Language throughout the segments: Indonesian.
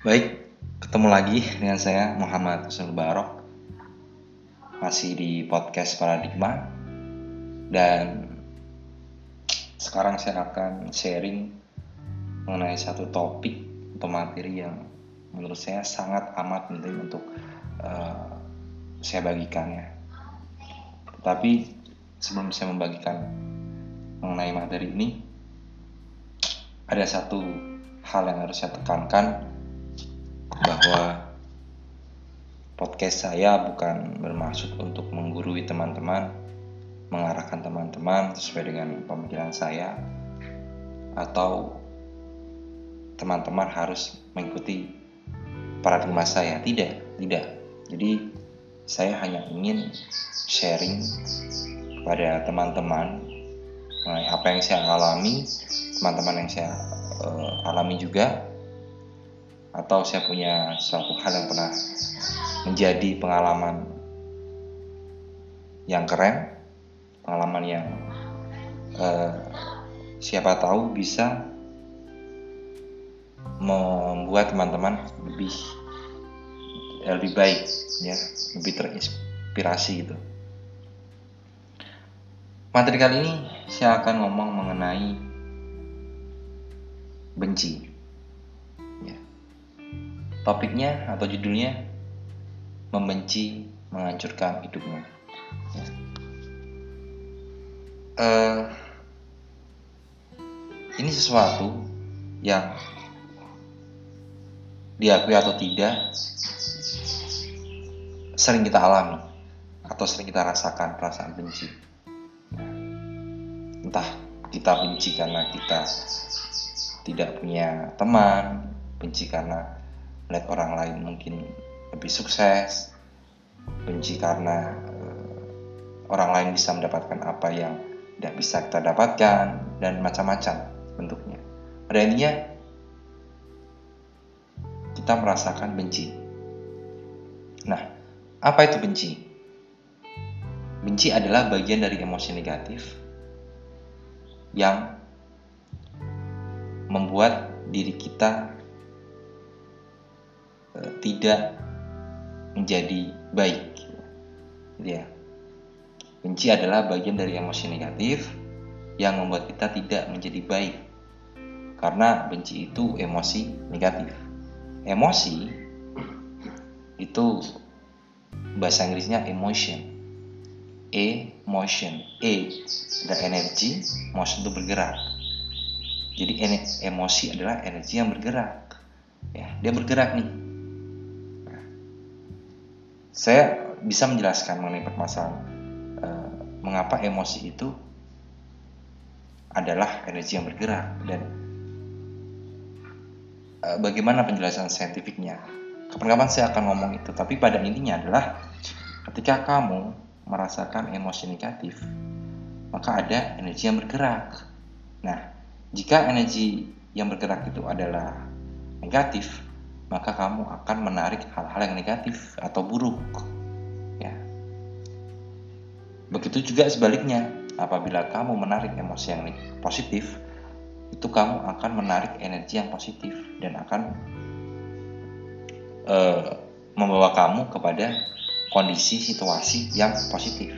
Baik, ketemu lagi dengan saya Muhammad Husnul Barok, masih di podcast Paradigma. Dan sekarang saya akan sharing mengenai satu topik atau materi yang menurut saya sangat amat penting untuk saya bagikan ya. Tetapi sebelum saya membagikan mengenai materi ini, ada satu hal yang harus saya tekankan, bahwa podcast saya bukan bermaksud untuk menggurui teman-teman, mengarahkan teman-teman sesuai dengan pemikiran saya, atau teman-teman harus mengikuti paradigma saya. Tidak. Jadi saya hanya ingin sharing kepada teman-teman mengenai apa yang saya alami, teman-teman yang saya alami juga, atau saya punya suatu hal yang pernah menjadi pengalaman yang keren, pengalaman yang siapa tahu bisa membuat teman-teman lebih baik ya, lebih terinspirasi gitu. Materi kali ini saya akan ngomong mengenai benci. Topiknya atau judulnya membenci menghancurkan hidupmu. Ini sesuatu yang diakui atau tidak sering kita alami atau sering kita rasakan perasaan benci. Entah kita benci karena kita tidak punya teman, benci karena melihat orang lain mungkin lebih sukses, benci karena orang lain bisa mendapatkan apa yang tidak bisa kita dapatkan, dan macam-macam bentuknya. Pada intinya kita merasakan benci. Nah, apa itu benci? Benci adalah bagian dari emosi negatif yang membuat diri kita tidak menjadi baik. Ya. Benci adalah bagian dari emosi negatif yang membuat kita tidak menjadi baik. Karena benci itu emosi negatif. Emosi itu bahasa Inggrisnya emotion. Emotion. Adalah energi, motion itu bergerak. Jadi emosi adalah energi yang bergerak. Ya, dia bergerak nih. Saya bisa menjelaskan mengenai permasalahan mengapa emosi itu adalah energi yang bergerak, dan bagaimana penjelasan saintifiknya. Kapan-kapan saya akan ngomong itu, tapi pada intinya adalah ketika kamu merasakan emosi negatif, maka ada energi yang bergerak. Nah, jika energi yang bergerak itu adalah negatif, maka kamu akan menarik hal-hal yang negatif atau buruk. Ya. Begitu juga sebaliknya, apabila kamu menarik emosi yang positif, itu kamu akan menarik energi yang positif dan akan membawa kamu kepada kondisi situasi yang positif.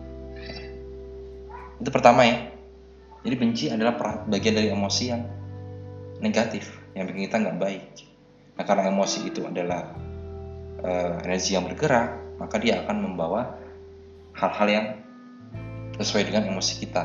Itu pertama ya. Jadi benci adalah bagian dari emosi yang negatif, yang bikin kita nggak baik. Nah, karena emosi itu adalah energi yang bergerak, maka dia akan membawa hal-hal yang sesuai dengan emosi kita.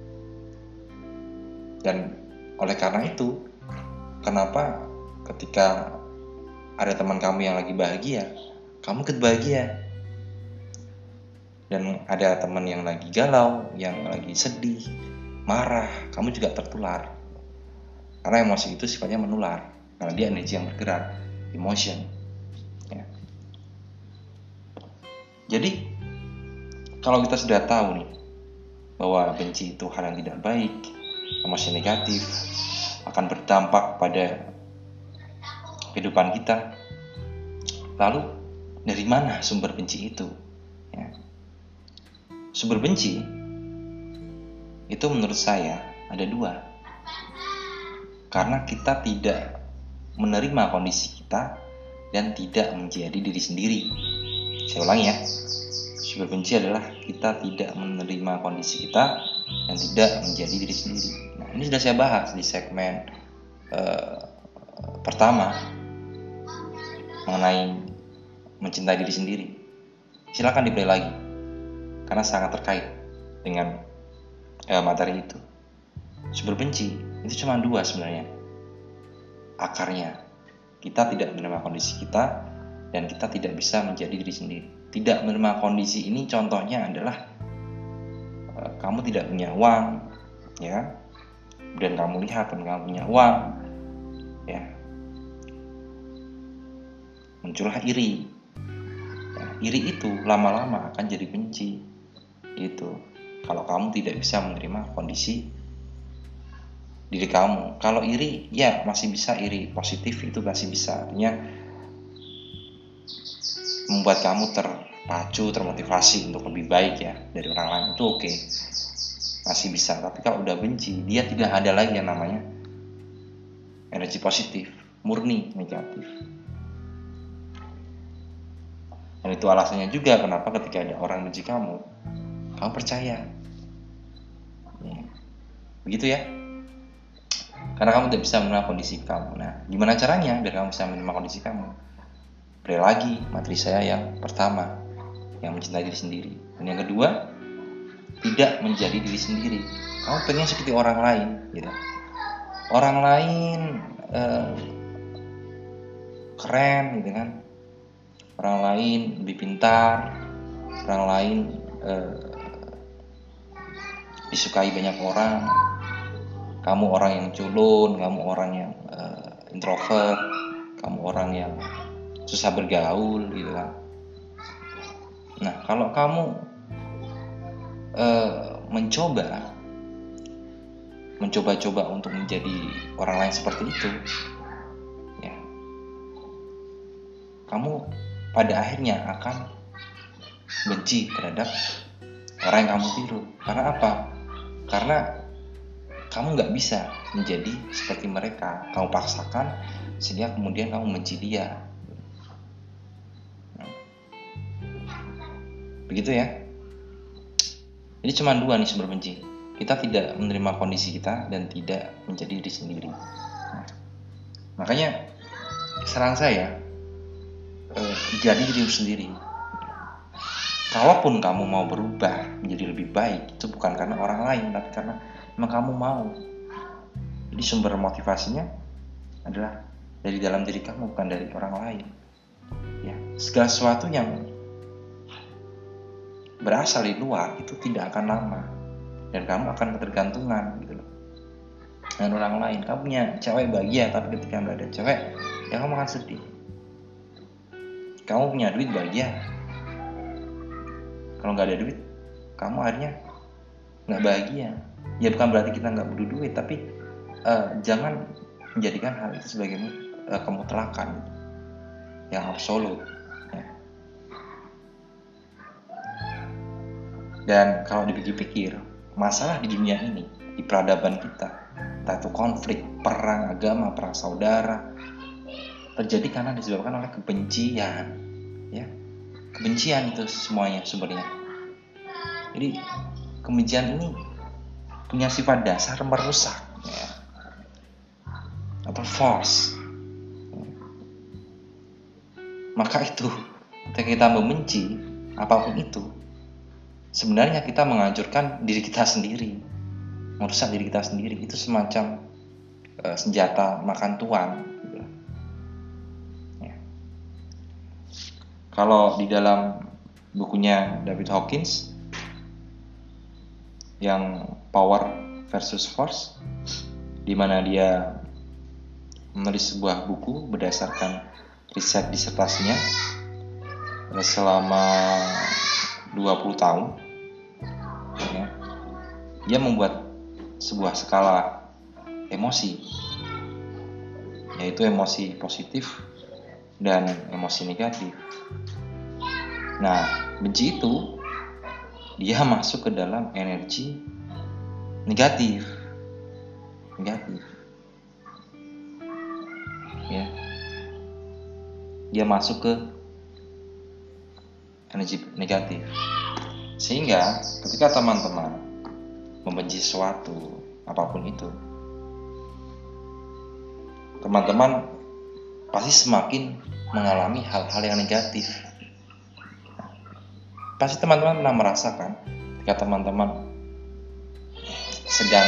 Dan oleh karena itu, kenapa ketika ada teman kamu yang lagi bahagia, kamu ikut bahagia. Dan ada teman yang lagi galau, yang lagi sedih, marah, kamu juga tertular. Karena emosi itu sifatnya menular, karena dia energi yang bergerak, emotion. Ya. Jadi kalau kita sudah tahu nih bahwa benci itu hal yang tidak baik, emosi negatif, akan berdampak pada kehidupan kita, lalu dari mana sumber benci itu? Ya. Sumber benci itu menurut saya ada dua. Karena kita tidak menerima kondisi kita dan tidak menjadi diri sendiri. Saya ulangi ya, sumber benci adalah kita tidak menerima kondisi kita dan tidak menjadi diri sendiri. Nah, ini sudah saya bahas di segmen pertama mengenai mencintai diri sendiri. Silakan di-play lagi karena sangat terkait dengan materi itu. Sumber benci itu cuma dua sebenarnya akarnya. Kita tidak menerima kondisi kita dan kita tidak bisa menjadi diri sendiri. Tidak menerima kondisi ini contohnya adalah kamu tidak punya uang, ya, dan kamu lihat dan kamu punya uang, ya, muncullah iri. Ya, iri itu lama-lama akan jadi benci, gitu. Kalau kamu tidak bisa menerima kondisi diri kamu. Kalau iri, ya masih bisa iri positif, itu masih bisa. Artinya membuat kamu terpacu, termotivasi untuk lebih baik ya dari orang lain, itu oke. Masih bisa. Tapi kalau udah benci, dia tidak ada lagi yang namanya energi positif, murni negatif. Dan itu alasannya juga kenapa ketika ada orang benci kamu percaya. Ya. Begitu ya. Karena kamu tidak bisa menerima kondisi kamu. Nah, gimana caranya biar kamu bisa menerima kondisi kamu? Beri lagi materi saya yang pertama, yang mencintai diri sendiri. Dan yang kedua, tidak menjadi diri sendiri. Kamu pengen seperti orang lain, gitu. Orang lain keren, gitu kan? Orang lain lebih pintar, orang lain disukai banyak orang. Kamu orang yang culun, kamu orang yang introvert, kamu orang yang susah bergaul, gitu kan. Nah, kalau kamu mencoba untuk menjadi orang lain seperti itu, ya, kamu pada akhirnya akan benci terhadap orang yang kamu tiru. Karena apa? Karena kamu nggak bisa menjadi seperti mereka. Kamu paksakan sehingga kemudian kamu benci dia. Begitu ya. Jadi cuma dua nih sumber benci. Kita tidak menerima kondisi kita dan tidak menjadi diri sendiri. Nah, makanya saran saya, jadi diri sendiri. Kalaupun kamu mau berubah menjadi lebih baik, itu bukan karena orang lain, tapi karena memang kamu mau. Jadi sumber motivasinya adalah dari dalam diri kamu, bukan dari orang lain. Ya, segala sesuatu yang berasal dari luar itu tidak akan lama dan kamu akan ketergantungan, gitu loh, dengan orang lain. Kamu punya cewek bahagia, tapi ketika nggak ada cewek, ya kamu akan sedih. Kamu punya duit bahagia, kalau nggak ada duit, kamu akhirnya nggak bahagia. Ya bukan berarti kita nggak butuh duit, tapi jangan menjadikan hal itu sebagai kemutlakan yang absolut. Ya. Dan kalau dipikir-pikir, masalah di dunia ini, di peradaban kita, entah itu konflik, perang agama, perang saudara, terjadi karena disebabkan oleh kebencian. Ya, kebencian itu semuanya sumbernya. Jadi kebencian ini punya sifat dasar merusak, ya, atau force. Maka itu ketika kita membenci apapun itu, sebenarnya kita menghancurkan diri kita sendiri, merusak diri kita sendiri. Itu semacam senjata makan tuan, gitu. Ya. Kalau di dalam bukunya David Hawkins yang Power versus Force, di mana dia menulis sebuah buku berdasarkan riset disertasinya selama 20 tahun. Ya. Dia membuat sebuah skala emosi, yaitu emosi positif dan emosi negatif. Nah, benci itu dia masuk ke dalam energi negatif. Ya. dia masuk ke energi negatif. Sehingga ketika teman-teman membenci sesuatu, apapun itu, teman-teman pasti semakin mengalami hal-hal yang negatif. Pasti teman-teman pernah merasakan ketika teman-teman sedang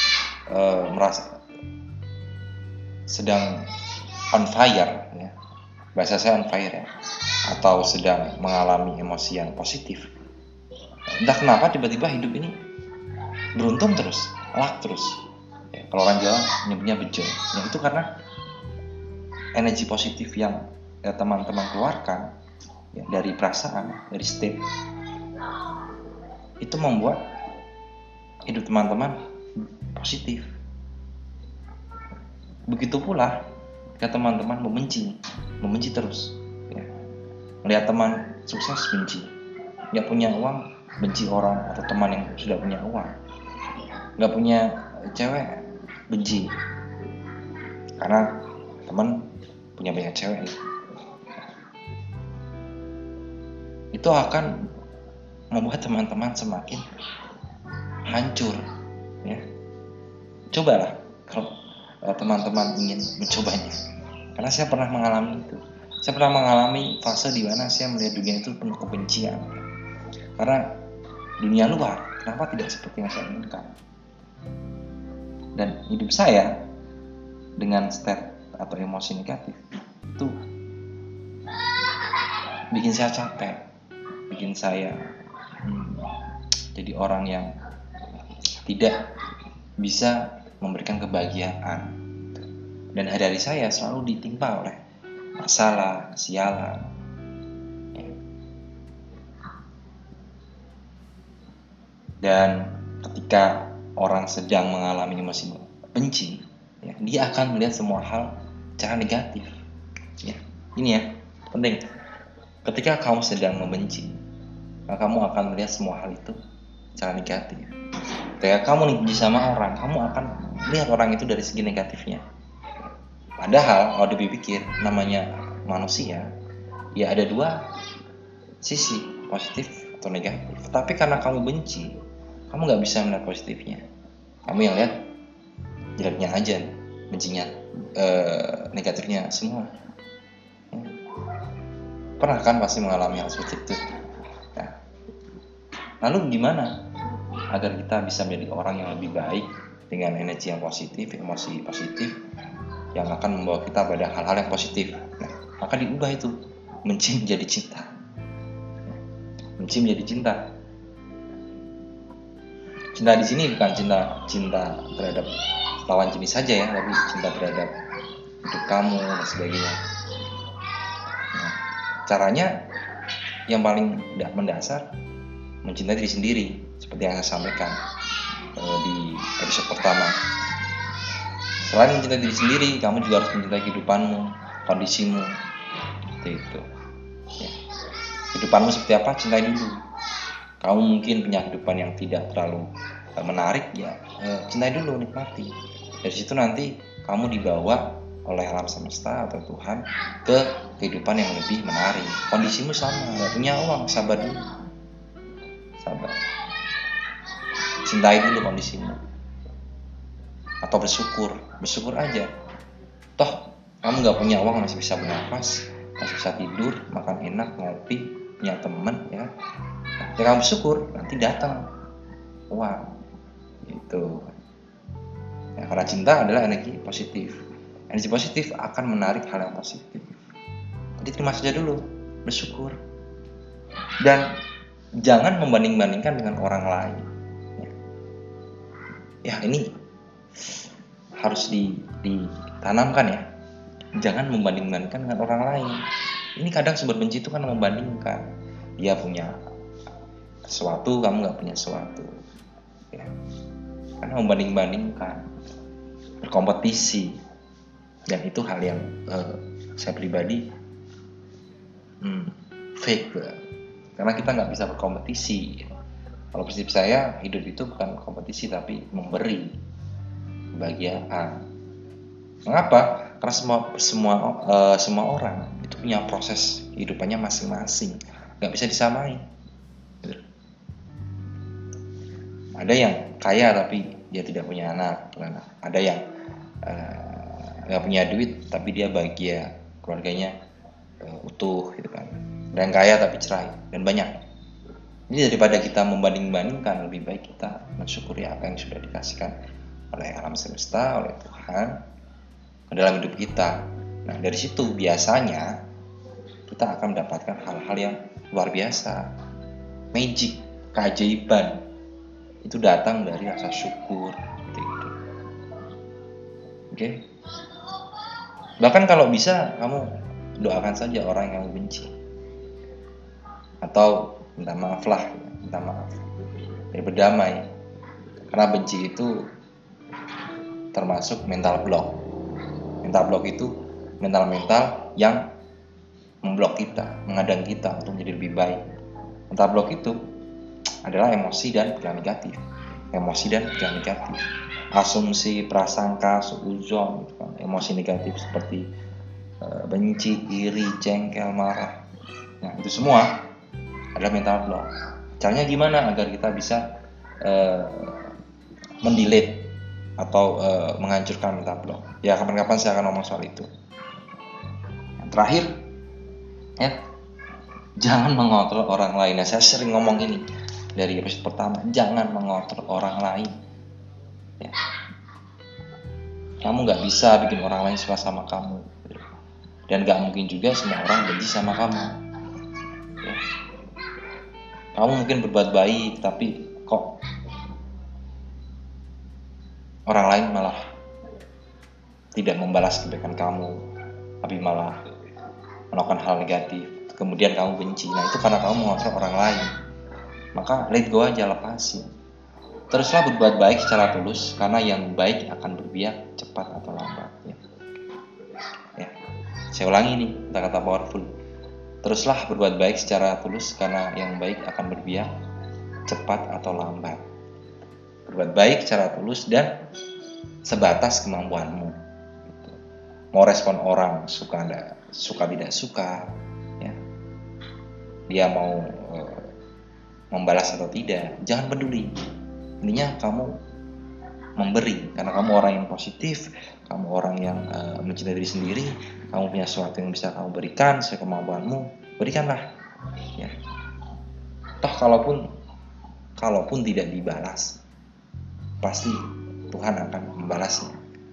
sedang on fire, ya. Bahasa saya on fire, ya. Atau sedang mengalami emosi yang positif. Entah kenapa tiba-tiba hidup ini beruntung terus, luck terus. Ya, kalau orang Jawa nyebutnya bejo. Ya, itu karena energi positif yang teman-teman keluarkan, ya, dari perasaan, dari state, itu membuat hidup teman-teman positif. Begitu pula ketika teman-teman membenci terus, ya. Melihat teman sukses benci, nggak punya uang benci orang atau teman yang sudah punya uang, nggak punya cewek benci karena teman punya banyak cewek. Itu akan membuat teman-teman semakin hancur, ya. Cobalah kalau teman-teman ingin mencobanya, karena saya pernah mengalami itu. Saya pernah mengalami fase di mana saya melihat dunia itu penuh kebencian, karena dunia luar kenapa tidak seperti yang saya inginkan, dan hidup saya dengan state atau emosi negatif itu bikin saya capek, bikin saya jadi orang yang tidak bisa memberikan kebahagiaan, dan hari-hari saya selalu ditimpa oleh masalah, kesialan, ya. Dan ketika orang sedang mengalami emosi benci, ya, dia akan melihat semua hal secara negatif, ya. Ini ya penting, ketika kamu sedang membenci, maka kamu akan melihat semua hal itu secara negatif. Ketika kamu benci sama orang, kamu akan lihat orang itu dari segi negatifnya. Padahal kalau dipikir, namanya manusia, ya ada dua sisi, positif atau negatif. Tapi karena kamu benci, kamu nggak bisa melihat positifnya. Kamu yang lihat jeleknya aja, bencinya, negatifnya semua. Pernah kan pasti mengalami hal seperti itu. Nah, lalu gimana agar kita bisa menjadi orang yang lebih baik dengan energi yang positif, emosi positif yang akan membawa kita pada hal-hal yang positif? Nah, maka diubah itu, benci menjadi cinta. Benci menjadi cinta. Cinta di sini bukan cinta terhadap lawan jenis saja, ya, tapi cinta terhadap hidup kamu dan sebagainya. Nah, caranya yang paling mendasar, mencintai diri sendiri, seperti yang saya sampaikan di episode pertama. Selain mencintai diri sendiri, kamu juga harus mencintai kehidupanmu, kondisimu, seperti itu, ya. Kehidupanmu seperti apa? Cintai dulu. Kamu mungkin punya kehidupan yang tidak terlalu menarik, ya, cintai dulu, nikmati. Dari situ nanti kamu dibawa oleh alam semesta atau Tuhan ke kehidupan yang lebih menarik. Kondisimu sama, nggak punya uang, sabar dulu, sabar. Cintai dulu kondisimu, atau bersyukur aja. Toh kamu nggak punya uang, masih bisa bernafas, masih bisa tidur, makan enak, ngopi, punya teman, ya. Nah, kamu bersyukur, nanti datang uang, gitu. Ya, karena cinta adalah energi positif. Energi positif akan menarik hal yang positif. Jadi terima saja dulu, bersyukur, dan jangan membanding-bandingkan dengan orang lain. Ya, ini harus ditanamkan, ya. Jangan membanding-bandingkan dengan orang lain. Ini kadang sumber benci itu kan membandingkan. Dia punya sesuatu, kamu nggak punya sesuatu, ya. Karena membanding-bandingkan, berkompetisi, dan itu hal yang saya pribadi fake, karena kita nggak bisa berkompetisi. Kalau prinsip saya, hidup itu bukan kompetisi tapi memberi kebahagiaan. Mengapa? Karena semua orang itu punya proses kehidupannya masing-masing, nggak bisa disamain. Ada yang kaya tapi dia tidak punya anak, ada yang nggak punya duit tapi dia bahagia, keluarganya utuh gitu kan. Ada yang kaya tapi cerai, dan banyak. Jadi daripada kita membanding-bandingkan, lebih baik kita mensyukuri apa yang sudah dikasihkan oleh alam semesta, oleh Tuhan dalam hidup kita. Nah, dari situ biasanya kita akan mendapatkan hal-hal yang luar biasa, magic, keajaiban. Itu datang dari rasa syukur, gitu. Oke? Bahkan kalau bisa, kamu doakan saja orang yang kamu benci, atau minta maaf, biar berdamai. Karena benci itu termasuk mental block. Mental block itu mental yang memblok kita, menghadang kita untuk menjadi lebih baik. Mental block itu adalah emosi dan pikiran negatif. Asumsi, prasangka, suuzon, emosi negatif seperti benci, iri, jengkel, marah. Nah, itu semua adalah mental block. Caranya gimana agar kita bisa mendelete atau menghancurkan mental block? Ya, kapan-kapan saya akan ngomong soal itu. Yang terakhir, ya, jangan mengontrol orang lain. Nah, saya sering ngomong ini dari episode pertama, jangan mengontrol orang lain. Ya. Kamu nggak bisa bikin orang lain suka sama kamu, dan nggak mungkin juga semua orang benci sama kamu. Ya. Kamu mungkin berbuat baik, tapi kok orang lain malah tidak membalas kebaikan kamu, tapi malah melakukan hal negatif, kemudian kamu benci. Nah, itu karena kamu mengontrol orang lain. Maka let go aja, lepasin. Teruslah berbuat baik secara tulus, karena yang baik akan berbiak cepat atau lambat. Ya. Saya ulangi nih kata-kata powerful. Teruslah berbuat baik secara tulus, karena yang baik akan berbiak cepat atau lambat. Berbuat baik secara tulus dan sebatas kemampuanmu. Mau respon orang suka tidak suka, ya. Dia mau membalas atau tidak, jangan peduli. Intinya kamu memberi, karena kamu orang yang positif, kamu orang yang mencintai diri sendiri, kamu punya sesuatu yang bisa kamu berikan sesuai kemampuanmu, berikanlah. Ya. Toh kalaupun tidak dibalas, pasti Tuhan akan membalasnya.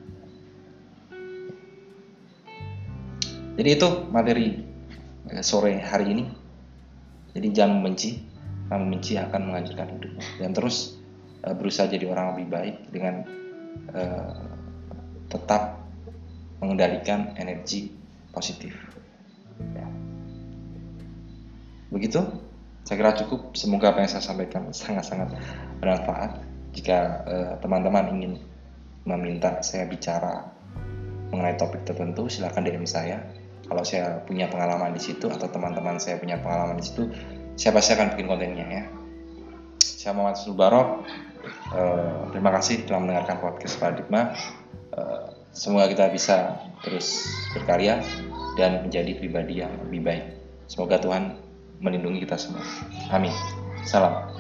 Jadi itu materi sore hari ini. Jadi jangan membenci, karena membenci akan menghancurkan hidupmu. Dan terus berusaha jadi orang lebih baik dengan tetap mengendalikan energi positif. Ya. Begitu, saya kira cukup. Semoga apa yang saya sampaikan sangat-sangat bermanfaat. Jika teman-teman ingin meminta saya bicara mengenai topik tertentu, silakan DM saya. Kalau saya punya pengalaman di situ atau teman-teman saya punya pengalaman di situ, saya pasti akan bikin kontennya, ya. Saya Muhammad Sulbarok. Terima kasih telah mendengarkan podcast Paradigma. Semoga kita bisa terus berkarya dan menjadi pribadi yang lebih baik. Semoga Tuhan melindungi kita semua. Amin. Salam.